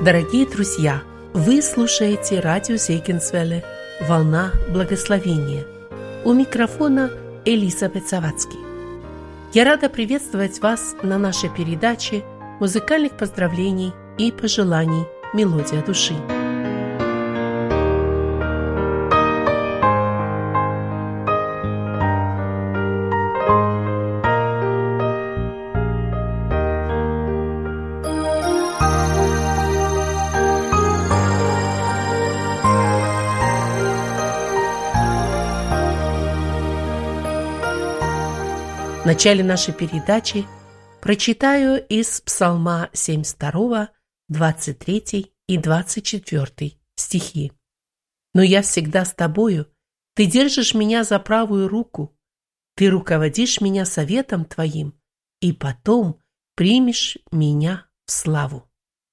Дорогие друзья, вы слушаете радио Зегенсвелле «Волна благословения». У микрофона Элизабет Завадский. Я рада приветствовать вас на нашей передаче музыкальных поздравлений и пожеланий «Мелодия души». В начале нашей передачи прочитаю из Псалма 72, 23 и 24 стихи. «Но я всегда с тобою, ты держишь меня за правую руку, ты руководишь меня советом твоим, и потом примешь меня в славу».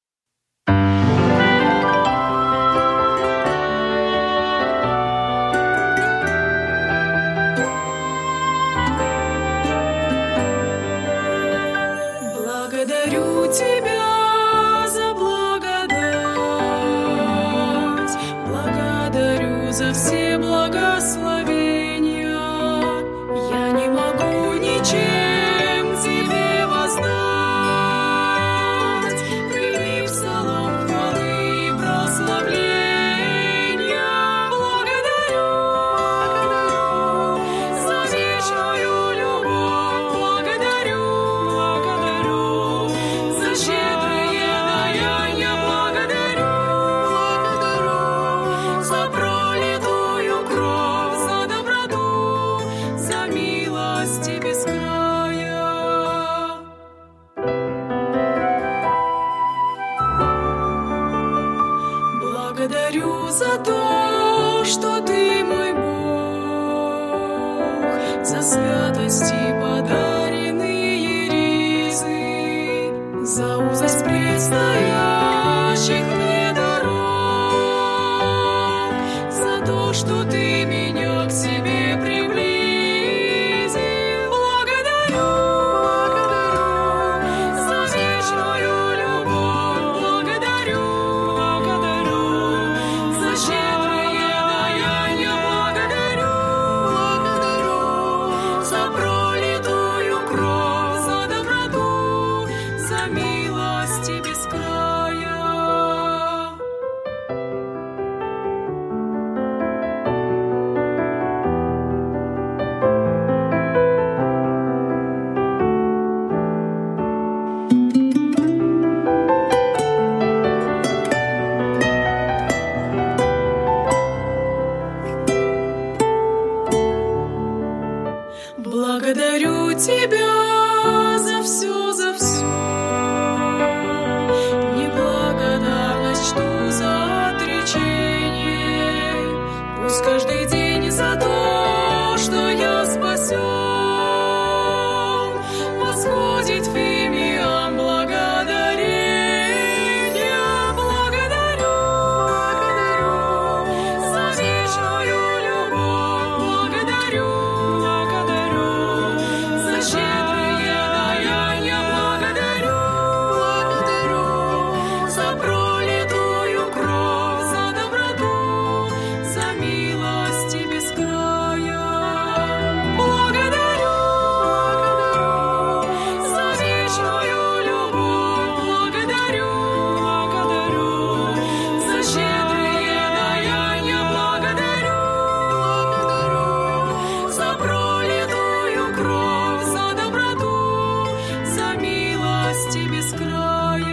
Благодарю тебя за благодать, благодарю за все благословения. Я не могу ничем тебе воздать. Прими псалом хвалы и прославления. Благодарю за вечную любовь, благодарю за щедрые даяния, благодарю за пролитую кровь, за доброту, за милости без края. Благодарю за то, что ты мой Бог, за святости подаренные ризы, за узость предстоящих мне дорог, за то, что ты меня к себе приблизил. Благодарю за вечную любовь, благодарю за щедрые даяния, благодарю за пролитую кровь, за доброту, за милости без края. Благодарю тебя за все, за все. Неблагодарность, что за отречение. Пусть каждый день за то, что я спасен, восходит фимиам благодарения. Благодарю за вечную любовь, благодарю за щедрые даяния, благодарю за пролитую кровь, за доброту, за милости без края. Благодарю за вечную любовь, благодарю за щедрые даяния, благодарю за пролитую кровь, за доброту, за милости без края.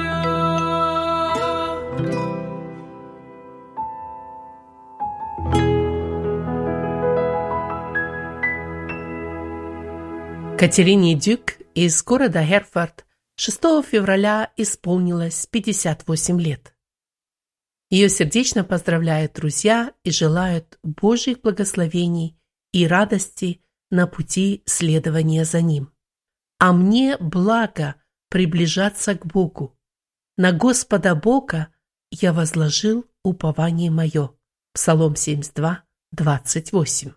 Катерине Дюк из города Херфорд 6 февраля исполнилось 58 лет. Ее сердечно поздравляют друзья и желают Божьих благословений и радости на пути следования за Ним. А мне благо приближаться к Богу. На Господа Бога я возложил упование мое. Псалом 72, 28.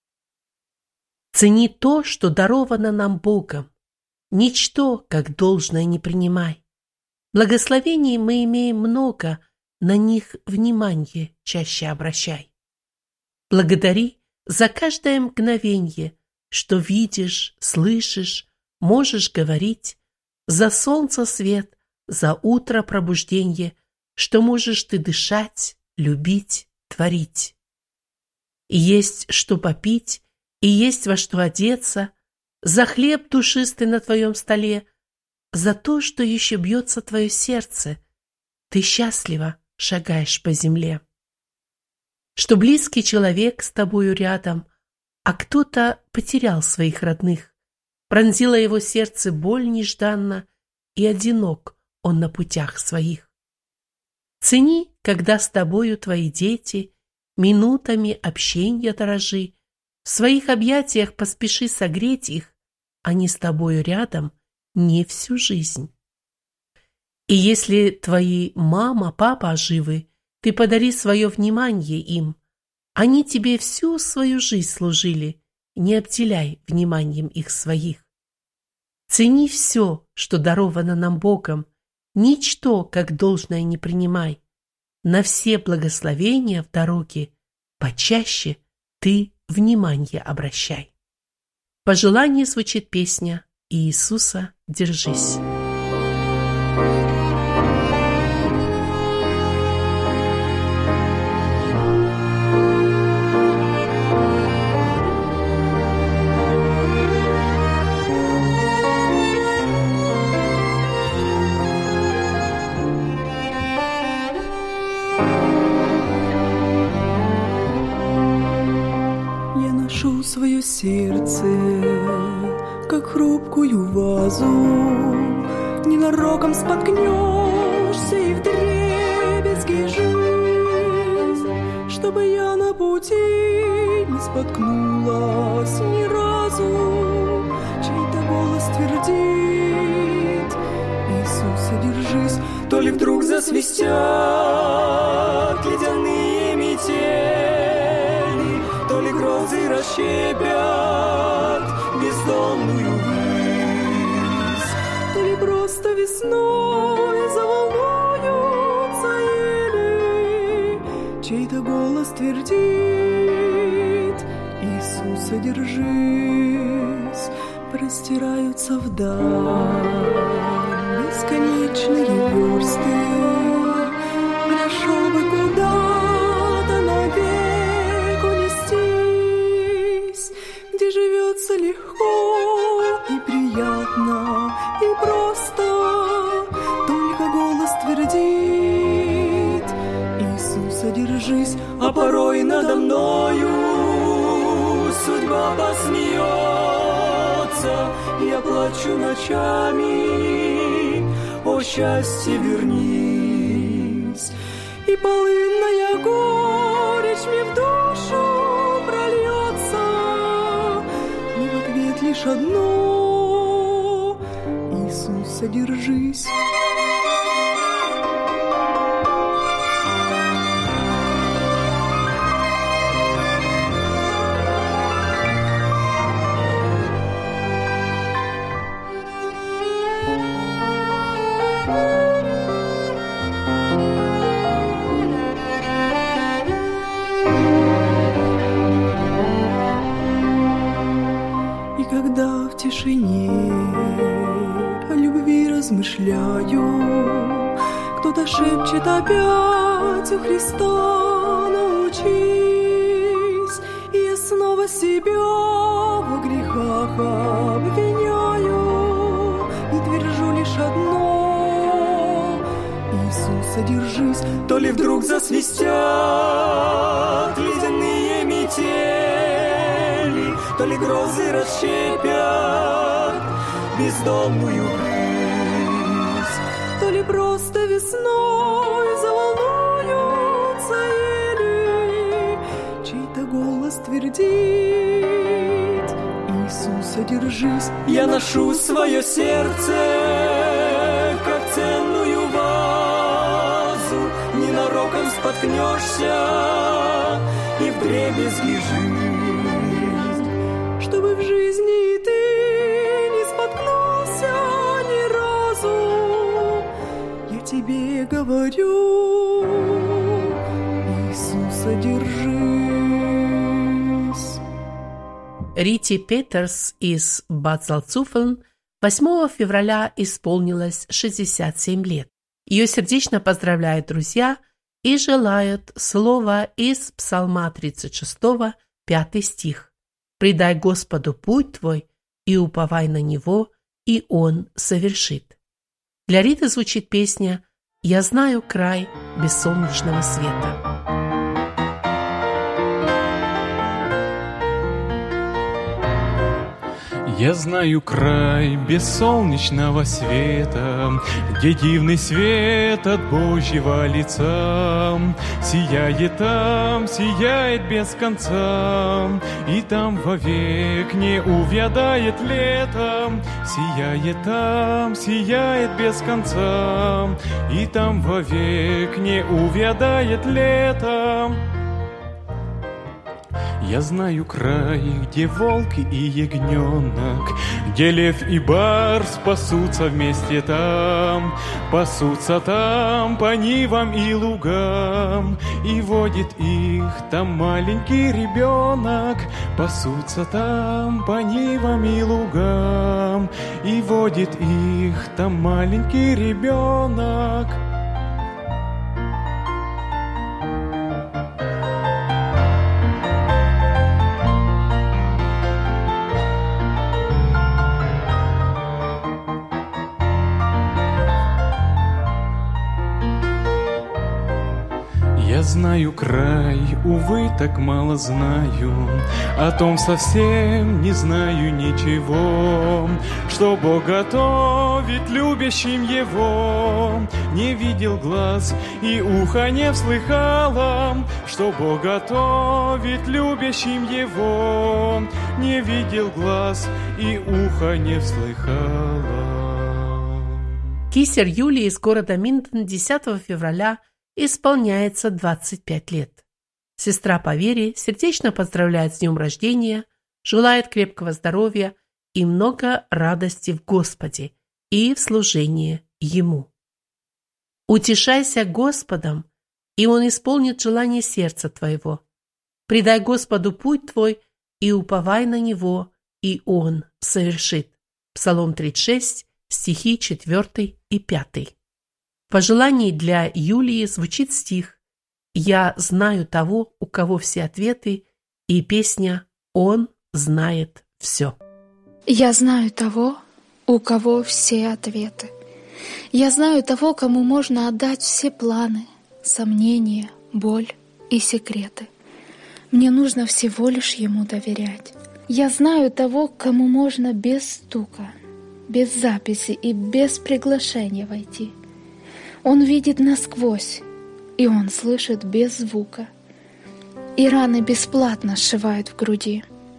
Цени то, что даровано нам Богом. Ничто, как должное, не принимай. Благословений мы имеем много, на них внимание чаще обращай. Благодари за каждое мгновенье, что видишь, слышишь, можешь говорить, за солнце свет, за утро пробужденье, что можешь ты дышать, любить, творить. И есть что попить, и есть во что одеться, за хлеб душистый на твоем столе, за то, что еще бьется твое сердце, ты счастливо шагаешь по земле. Что близкий человек с тобою рядом, а кто-то потерял своих родных, пронзила его сердце боль нежданно, и одинок он на путях своих. Цени, когда с тобою твои дети, минутами общенья дорожи, в своих объятиях поспеши согреть их, они с тобою рядом не всю жизнь. И если твои мама, папа живы, ты подари свое внимание им. Они тебе всю свою жизнь служили, не обделяй вниманием их своих. Цени все, что даровано нам Богом, ничто, как должное, не принимай. На все благословения в дороге почаще ты внимание обращай. По желанию звучит песня «Иисуса, держись». Свое сердце, как хрупкую вазу, ненароком споткнешься и вдребезги жизнь, чтобы я на пути не споткнулась ни разу. Чей-то голос твердит: Иисусе, держись. То ли вдруг засвистят ледяные метели, то ли грозы расщепят бездонную высь, то ли просто весной заволнуются ели. Чей-то голос твердит: Иисуса, держись. Простираются вдаль бесконечные версты, я шел бы куда-то навек унестись, где живется легко и приятно, и просто. Только голос твердит: Иисуса, держись. А порой надо мною судьба посмеется, я плачу ночами: о счастье, вернись. И полынная горечь мне в душу прольется, но в ответ лишь одно: Иисуса, держись. Когда в тишине о любви размышляю, кто-то шепчет опять: у Христа научись. И я снова себя во грехах обвиняю и твержу лишь одно: Иисуса, держись. То ли вдруг засвистят ледяные метели, то ли грозы расщепят бездонную высь, то ли просто весной заволнуются ели. Чей-то голос твердит: Иисуса, держись. Я ношу свое сердце, как ценную вазу, ненароком споткнешься и вдребезги жизнь, чтобы в жизни ты не споткнулся ни разу. тебе говорю, Иисуса держись. Рите Петерс из Бад Зальцуфен 8 февраля исполнилось 67 лет. Ее сердечно поздравляют друзья и желают слова из Псалма 36, 5 стих. «Предай Господу путь твой и уповай на Него, и Он совершит». Для Риты звучит песня «Я знаю край без солнечного света». Я знаю край без солнечного света, где дивный свет от Божьего лица сияет там, сияет без конца, и там вовек не увядает летом. Сияет там, сияет без конца, и там вовек не увядает летом. Я знаю край, где волк и ягненок, где лев и барс пасутся вместе там, пасутся там по нивам и лугам, и водит их там маленький ребенок, пасутся там по нивам и лугам, и водит их там маленький ребенок. Я знаю край, увы, так мало знаю, о том совсем не знаю ничего, что Бог готовит любящим Его. Не видел глаз и ухо не вслыхало, что Бог готовит любящим Его. Не видел глаз и ухо не вслыхало. Кисер Юлии из города Минден 10 февраля исполняется 25 лет. Сестра по вере сердечно поздравляет с днем рождения, желает крепкого здоровья и много радости в Господе и в служении Ему. Утешайся Господом, и Он исполнит желание сердца твоего. Предай Господу путь твой и уповай на Него, и Он совершит. Псалом 36, стихи 4 и 5. В пожелании для Юлии звучит стих «Я знаю того, у кого все ответы», и песня «Он знает все». Я знаю того, у кого все ответы. Я знаю того, кому можно отдать все планы, сомнения, боль и секреты. Мне нужно всего лишь Ему доверять. Я знаю того, кому можно без стука, без записи и без приглашения войти. Он видит насквозь, и Он слышит без звука. И раны бесплатно сшивают в груди.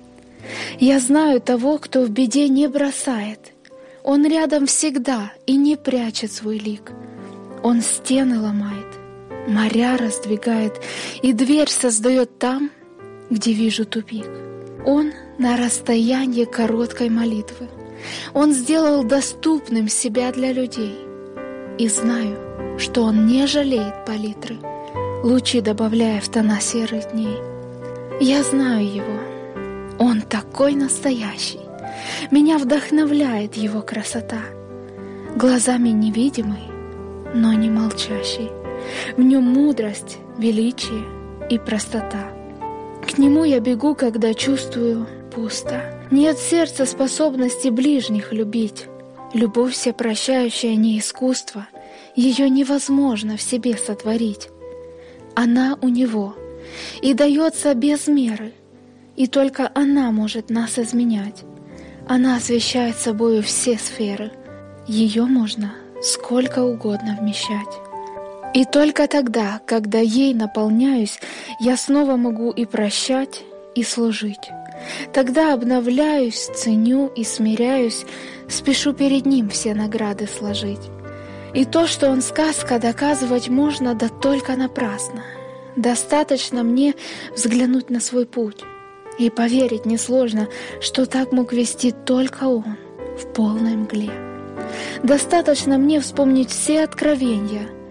Я знаю того, кто в беде не бросает. Он рядом всегда и не прячет свой лик. Он стены ломает, моря раздвигает и дверь создает там, где вижу тупик. Он на расстоянии короткой молитвы. Он сделал доступным себя для людей. И знаю, что Он не жалеет палитры, лучи добавляя в тона серых дней. Я знаю Его. Он такой настоящий. Меня вдохновляет Его красота. Глазами невидимый, но не молчащий. В Нем мудрость, величие и простота. К Нему я бегу, когда чувствую пусто. Нет в сердце способности ближних любить. Любовь всепрощающая не искусство. Ее невозможно в себе сотворить. Она у Него и дается без меры. И только Она может нас изменять. Она освещает собою все сферы. Ее можно сколько угодно вмещать. И только тогда, когда ей наполняюсь, я снова могу и прощать, и служить. Тогда обновляюсь, ценю и смиряюсь, спешу перед Ним все награды сложить. И то, что Он сказка, доказывать можно, да только напрасно. Достаточно мне взглянуть на свой путь. И поверить несложно, что так мог вести только Он в полной мгле. Достаточно мне вспомнить все откровения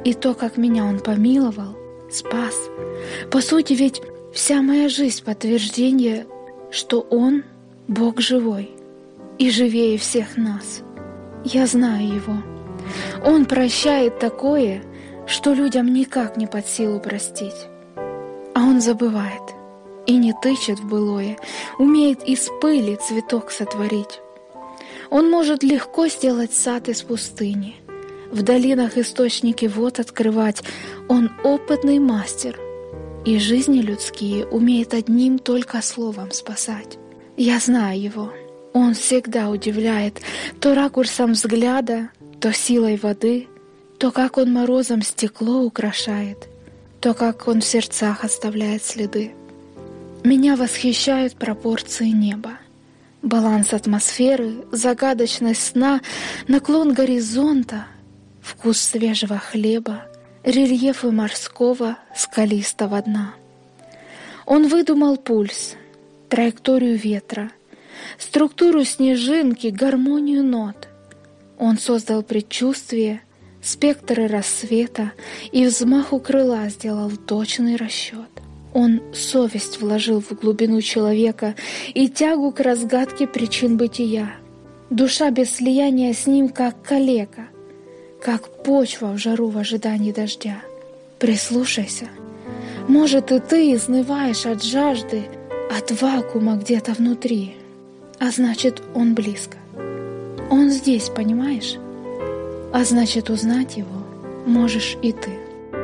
И то, как меня Он помиловал, спас. По сути, ведь вся моя жизнь — подтверждение, что Он — Бог живой и живее всех нас. Я знаю Его. Он прощает такое, что людям никак не под силу простить. А Он забывает и не тычет в былое, умеет из пыли цветок сотворить. Он может легко сделать сад из пустыни, в долинах источники вод открывать. Он опытный мастер, и жизни людские умеет одним только словом спасать. Я знаю Его. Он всегда удивляет то ракурсом взгляда, то силой воды, то, как Он морозом стекло украшает, то, как Он в сердцах оставляет следы. Меня восхищают пропорции неба, баланс атмосферы, загадочность сна, наклон горизонта, вкус свежего хлеба, рельефы морского скалистого дна. Он выдумал пульс, траекторию ветра, структуру снежинки, гармонию нот. Он создал предчувствие, спектры рассвета и взмаху крыла сделал точный расчет. Он совесть вложил в глубину человека и тягу к разгадке причин бытия. Душа без слияния с ним, как калека, как почва в жару в ожидании дождя. Прислушайся. Может, и ты изнываешь от жажды, от вакуума где-то внутри. А значит, Он близко. Он здесь, понимаешь? А значит, узнать Его можешь и ты.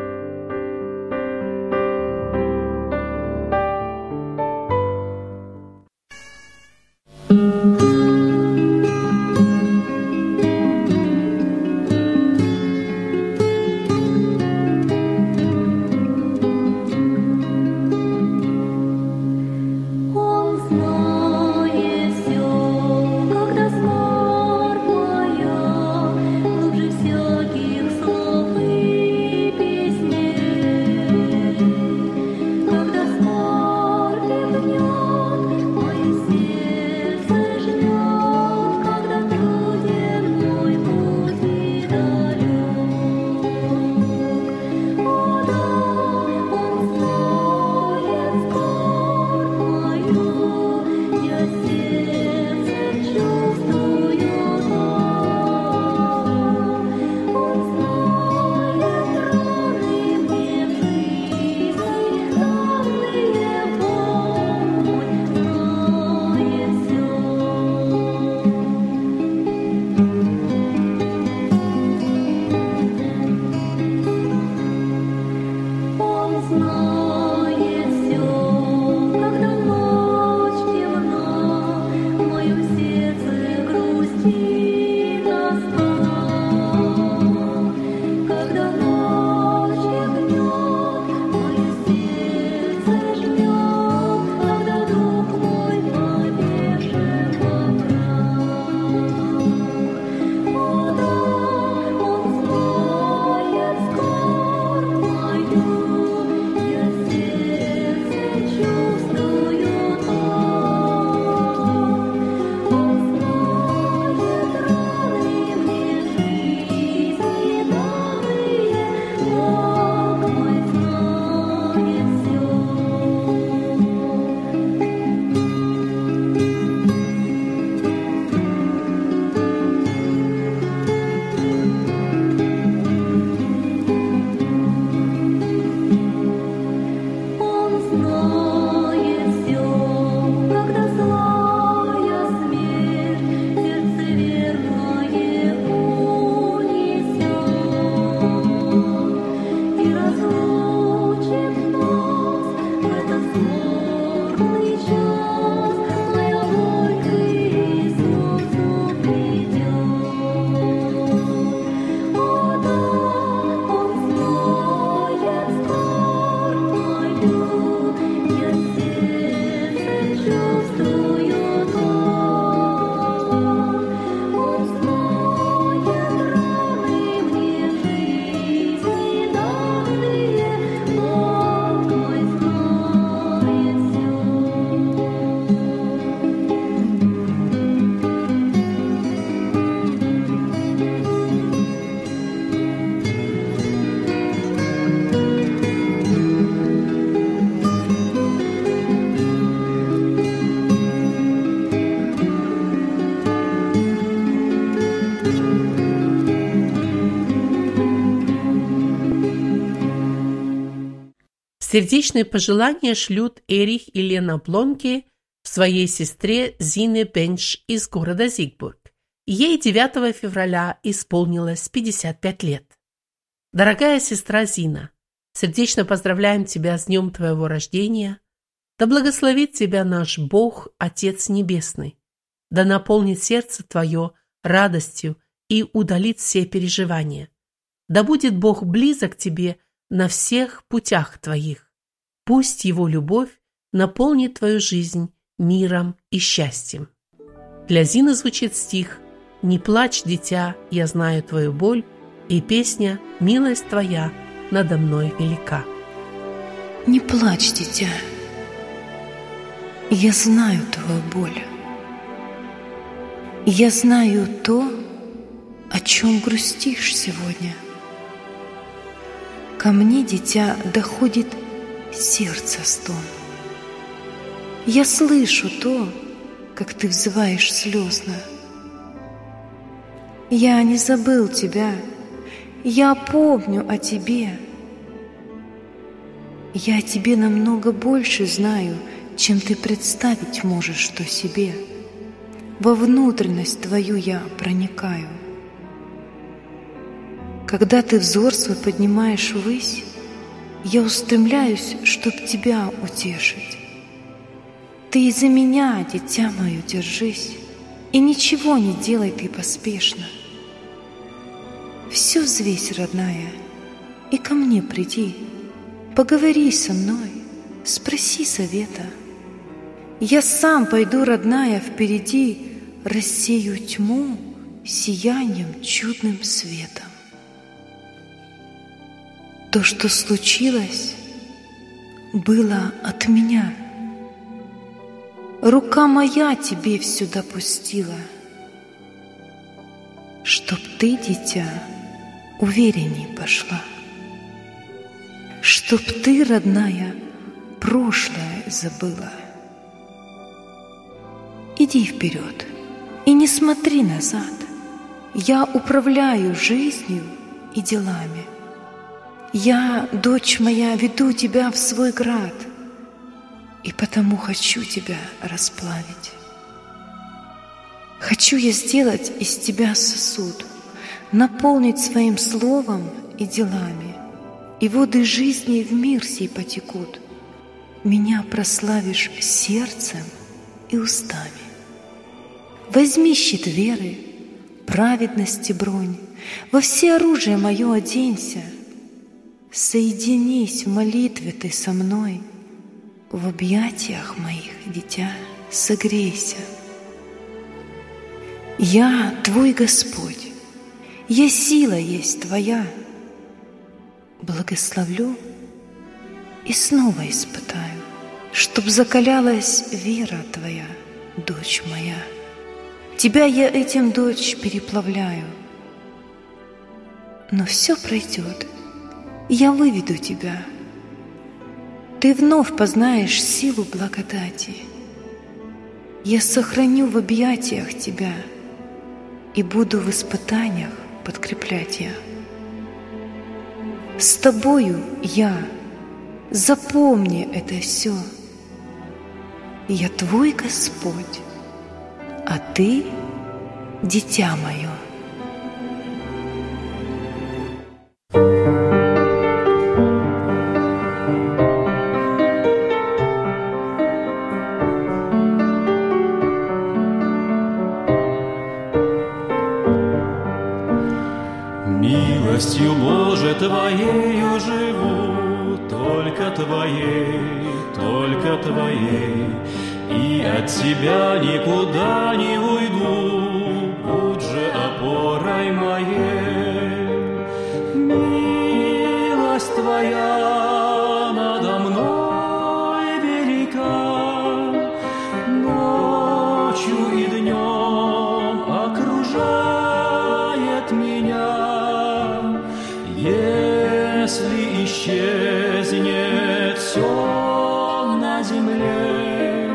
Он знает всё, когда снор моя глубже всяких слов и песней. Когда скорбь гнёт, мое сердце жмёт, когда труден мой путь и далёк. О да, Он знает скорбь мою, я сердцем чувствую так. Он знает раны мне в жизни, данные Бог мой знает Он знает всё, когда ночь темна, мое сердце грустит тоска. Когда ночь гнёт, мое сердце жмёт, когда дух мой повешен во прах. О да, Он знает скорбь мою, я сердцем чувствую так. Он знает раны мне жизни данные, Бог мой знает всё. Он знает всё, когда злая смерть сердце верное унесет и разлучит нас в этот скорбный час. Моя боль к Иисусу придет. О да, Он знает скорбь мою, Сердечные пожелания шлют Эрих и Лена Блонке своей сестре Зине Бенш из города Зигбург. Ей 9 февраля исполнилось 55 лет. Дорогая сестра Зина, сердечно поздравляем тебя с днем твоего рождения. Да благословит тебя наш Бог, Отец Небесный. Да наполнит сердце твое радостью и удалит все переживания. Да будет Бог близок к тебе на всех путях твоих. Пусть Его любовь наполнит твою жизнь миром и счастьем. Для Зины звучит стих «Не плачь, дитя, я знаю твою боль», и песня «Милость твоя надо мной велика». Не плачь, дитя, я знаю твою боль. Я знаю то, о чем грустишь сегодня. Ко мне, дитя, доходит сердце стон. Я слышу то, как ты взываешь слезно. Я не забыл тебя, я помню о тебе. Я о тебе намного больше знаю, чем ты представить можешь, что себе. Во внутренность твою я проникаю. Когда ты взор свой поднимаешь ввысь, я устремляюсь, чтоб тебя утешить. Ты из-за меня, дитя мое, держись, и ничего не делай ты поспешно. Все взвесь, родная, и ко мне приди, поговори со мной, спроси совета. Я сам пойду, родная, впереди, рассею тьму сиянием чудным светом. То, что случилось, было от меня. Рука моя тебе все допустила, чтоб ты, дитя, уверенней пошла, чтоб ты, родная, прошлое забыла. Иди вперед и не смотри назад. Я управляю жизнью и делами. Я, дочь моя, веду тебя в свой град, и потому хочу тебя расплавить. Хочу я сделать из тебя сосуд, наполнить своим словом и делами, и воды жизни в мир сей потекут. Меня прославишь сердцем и устами. Возьми щит веры, праведности бронь, во все оружие мое оденься. Соединись в молитве ты со мной, в объятиях моих, дитя, согрейся. Я твой Господь, я сила есть твоя. Благословлю и снова испытаю, чтоб закалялась вера твоя, дочь моя. Тебя я этим, дочь, переплавляю. Но все пройдет, я выведу тебя. Ты вновь познаешь силу благодати. Я сохраню в объятиях тебя и буду в испытаниях подкреплять я. С тобою я, запомни это все. Я твой Господь, а ты — дитя мое. Милостью, Боже, Твоею живу, только Твоей, и от Тебя никуда не уйду, будь же опорой моей. Милость Твоя надо мной велика, ночью и днем окружает меня. Если исчезнет все на земле,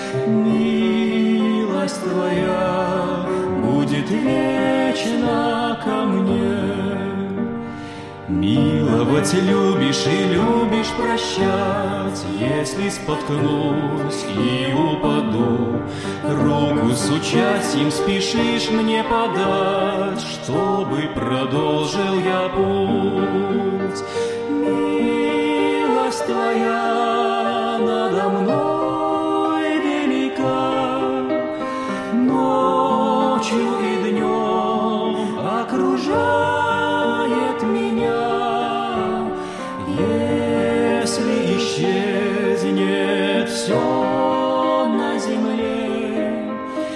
милость Твоя будет вечна ко мне. Милого Хоть любишь и любишь прощать, если споткнусь и упаду, руку с участием спешишь мне подать, чтобы продолжил я путь. Милость твоя надо мной велика, ночью и днем окружает меня. Если исчезнет все на земле,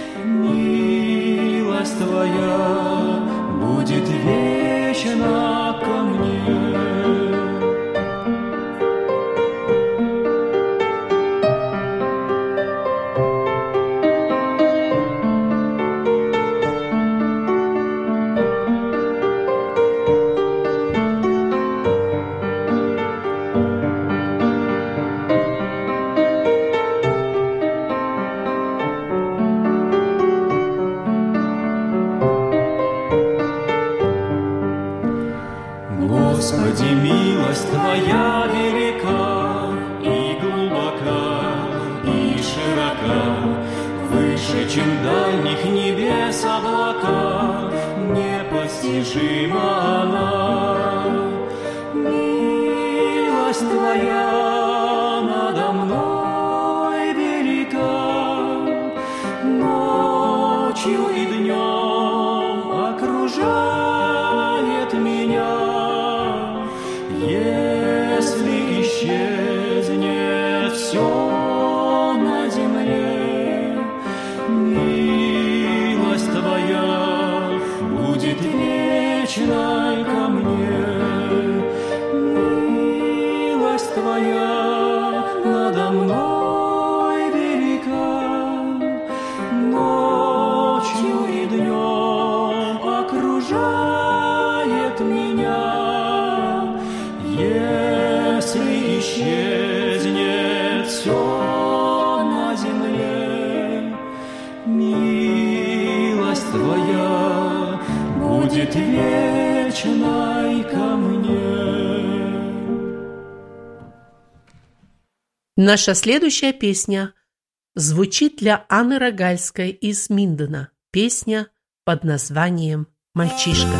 милость твоя будет вечна ко мне. Господи, милость Твоя велика и глубока, и широка, выше, чем дальних небес облака, непостижима она. Милость Твоя надо мной велика, ночью и днем окружает меня. Если исчезнет все на земле, милость Твоя будет вечной ко мне. Милость Твоя надо мной велика, ночью и днем окружает меня. Если исчезнет все на земле, милость Твоя будет вечной ко мне. Наша следующая песня звучит для Анны Рогальской из Миндена. Песня под названием «Мальчишка».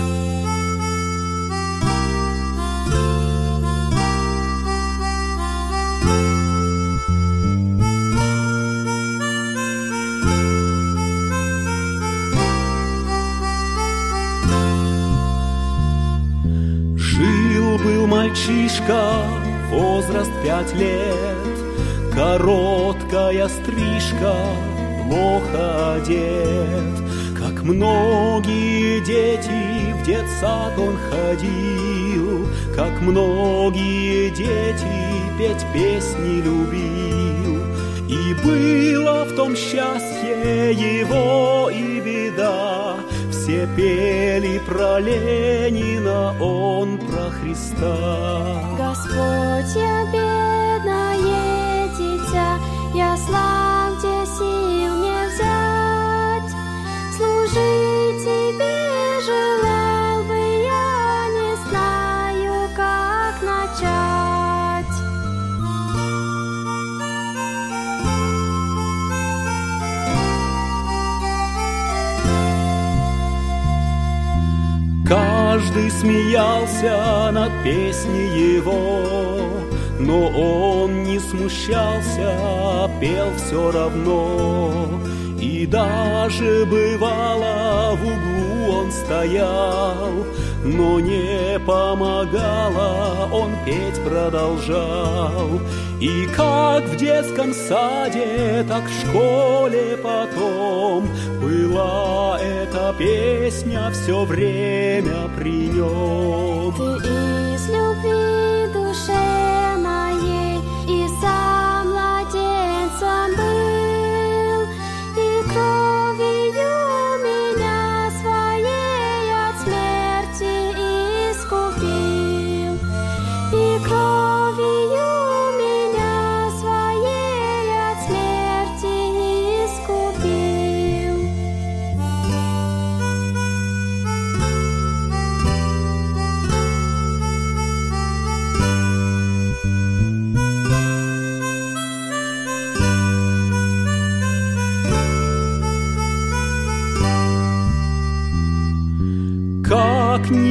Жил-был мальчишка, возраст 5 лет, короткая стрижка, плохо одет. Как многие дети, в детсад он ходил, как многие дети, петь песни любил. И было в том счастье его и беда, все пели про Ленина, он про Христа. Господь, я бедное дитя, я слаб, где сил не взять. Служить тебе желал бы я, не знаю, как начать. Каждый смеялся над песней его, но он не смущался, пел все равно. И даже бывало в углу он стоял, но не помогало, он петь продолжал. И как в детском саде, так в школе потом была эта песня все время при нем. Ты из любви душе моей и сам младенцем был, и кровью меня своей от смерти искупил, и кровью меня своей от смерти искупил.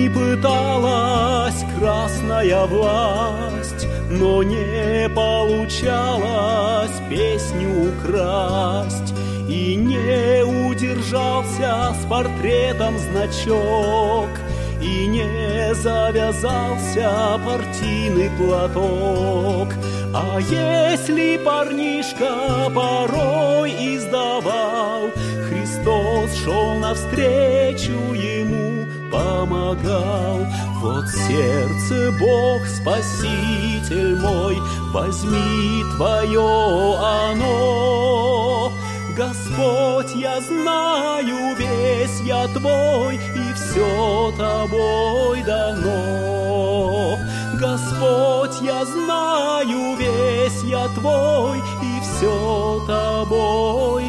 И пыталась красная власть, но не получалось песню украсть. И не удержался с портретом значок, и не завязался партийный платок. А если парнишка порой издавал, Христос шел навстречу ему, помогал. Вот сердце, Бог, Спаситель мой, возьми твое оно. Господь, я знаю, весь я твой, и все тобой дано. Господь, я знаю, весь я твой, и все тобой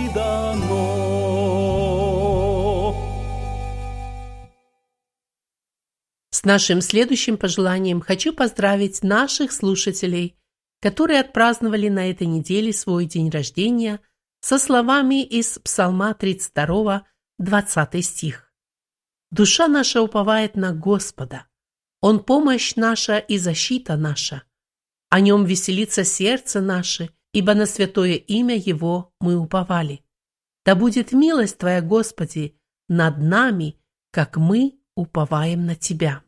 дано. С нашим следующим пожеланием хочу поздравить наших слушателей, которые отпраздновали на этой неделе свой день рождения, со словами из Псалма 32, 20 стих. «Душа наша уповает на Господа, Он помощь наша и защита наша. О Нем веселится сердце наше, ибо на святое имя Его мы уповали. Да будет милость Твоя, Господи, над нами, как мы уповаем на Тебя».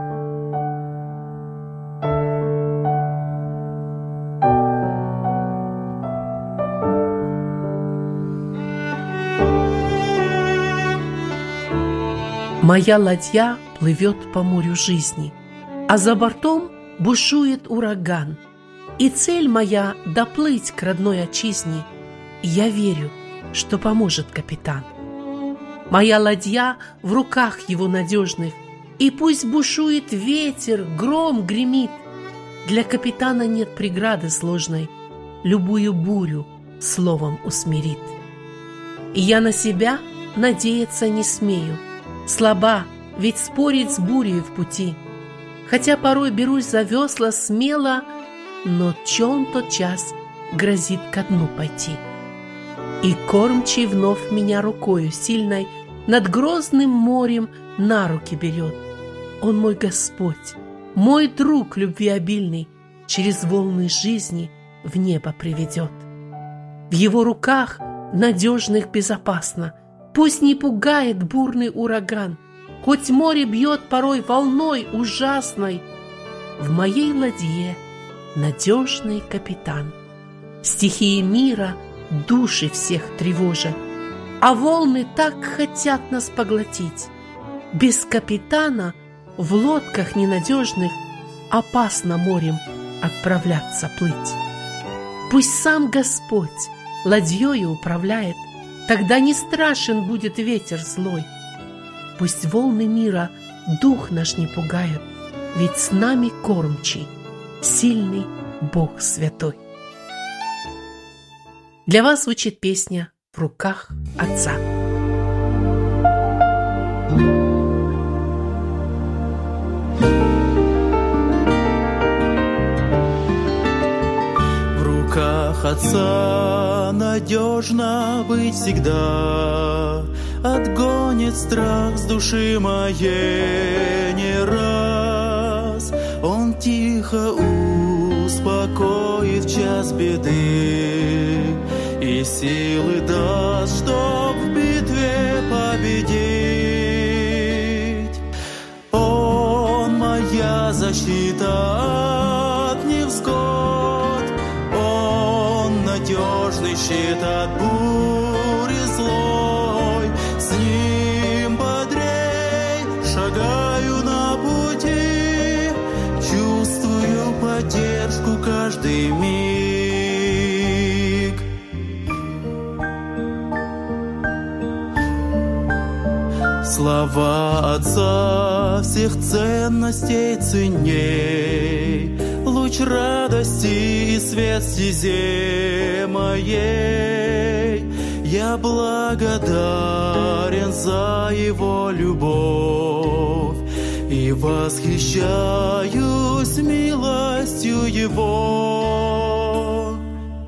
Моя ладья плывет по морю жизни, а за бортом бушует ураган. И цель моя — доплыть к родной отчизне, и я верю, что поможет капитан. Моя ладья в руках его надежных, и пусть бушует ветер, гром гремит, для капитана нет преграды сложной, любую бурю словом усмирит. И я на себя надеяться не смею, слаба, ведь спорить с бурей в пути. Хотя порой берусь за весла смело, но чон тот час грозит ко дну пойти. И кормчий вновь меня рукою сильной над грозным морем на руки берет. Он мой Господь, мой друг любвеобильный, через волны жизни в небо приведет. В его руках надежных безопасно, пусть не пугает бурный ураган, хоть море бьет порой волной ужасной, в моей ладье надежный капитан. Стихии мира души всех тревожат, а волны так хотят нас поглотить. Без капитана в лодках ненадежных опасно морем отправляться плыть. Пусть сам Господь ладьёю управляет, тогда не страшен будет ветер злой. Пусть волны мира дух наш не пугают, ведь с нами кормчий, сильный Бог святой. Для вас звучит песня «В руках Отца». В руках Отца надежно быть всегда, отгонит страх с души моей не раз. Он тихо успокоит в час беды и силы даст, чтоб в битве победить. Он моя защита от невзгод, Он надежный щит от бури злой. С Ним бодрей шагаю на пути, чувствую поддержку каждый миг. Слова Отца всех ценностей ценней, луч радости и свет стезе моей. Я благодарен за Его любовь и восхищаюсь милостью Его.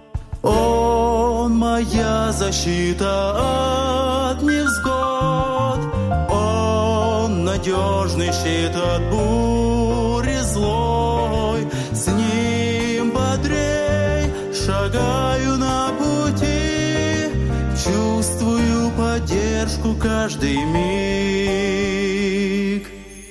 Он моя защита от невзгод, Он надежный щит от бури злой. С ним бодрей шагаю на пути, чувствую поддержку каждый миг.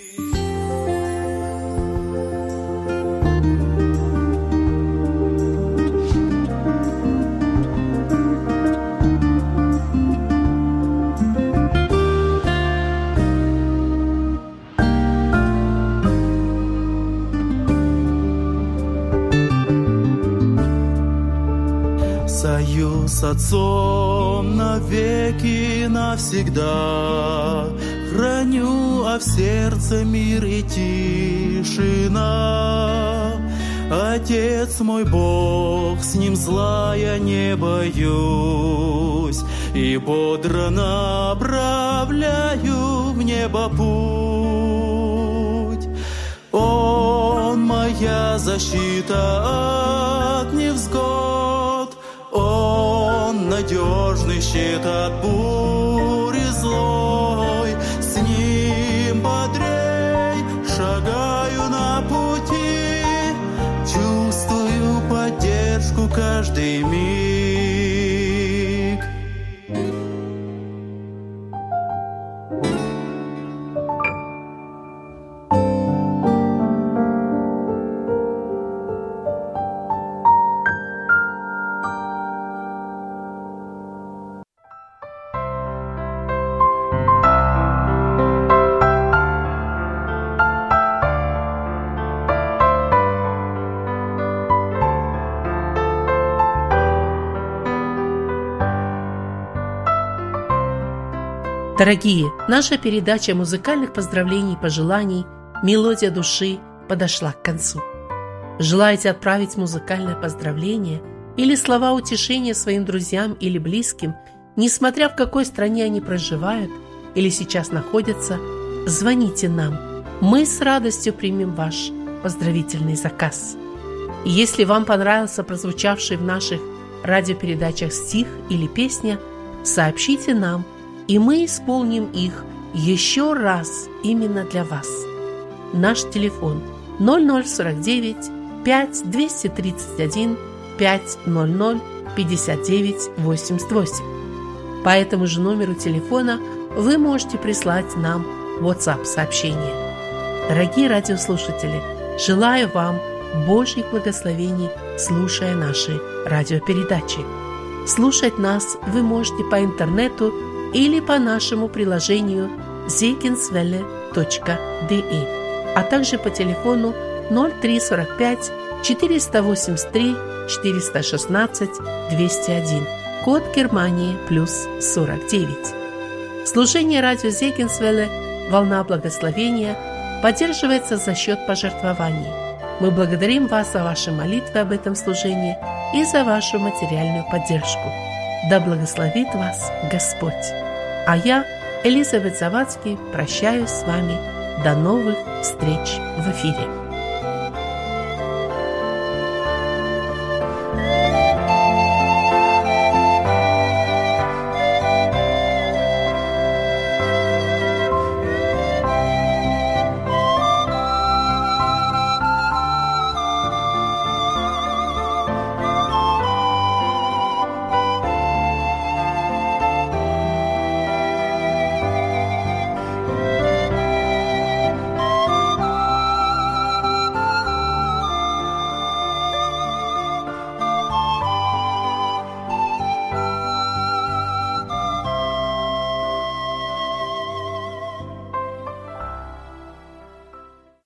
Союз с Отцом навеки навсегда храню, а в сердце мир и тишина. Отец мой Бог, с ним зла я не боюсь, и бодро направляю в небо путь. Он моя защита от невзгод, Он надежный щит от бури злой. С ним бодрей шагаю на пути, чувствую поддержку каждый миг. Дорогие, наша передача музыкальных поздравлений и пожеланий «Мелодия души» подошла к концу. Желаете отправить музыкальное поздравление или слова утешения своим друзьям или близким, несмотря в какой стране они проживают или сейчас находятся, звоните нам. Мы с радостью примем ваш поздравительный заказ. И если вам понравился прозвучавший в наших радиопередачах стих или песня, сообщите нам, и мы исполним их еще раз именно для вас. Наш телефон 0049 5 231 500 59 88. По этому же номеру телефона вы можете прислать нам WhatsApp-сообщение. Дорогие радиослушатели, желаю вам Божьих благословений, слушая наши радиопередачи. Слушать нас вы можете по интернету или по нашему приложению zekinswelle.de, а также по телефону 0345 483 416 201, код Германии +49. Служение радио Зегенсвелле «Волна благословения» поддерживается за счет пожертвований. Мы благодарим вас за ваши молитвы об этом служении и за вашу материальную поддержку. Да благословит вас Господь. А я, Элизабет Завадский, прощаюсь с вами. До новых встреч в эфире.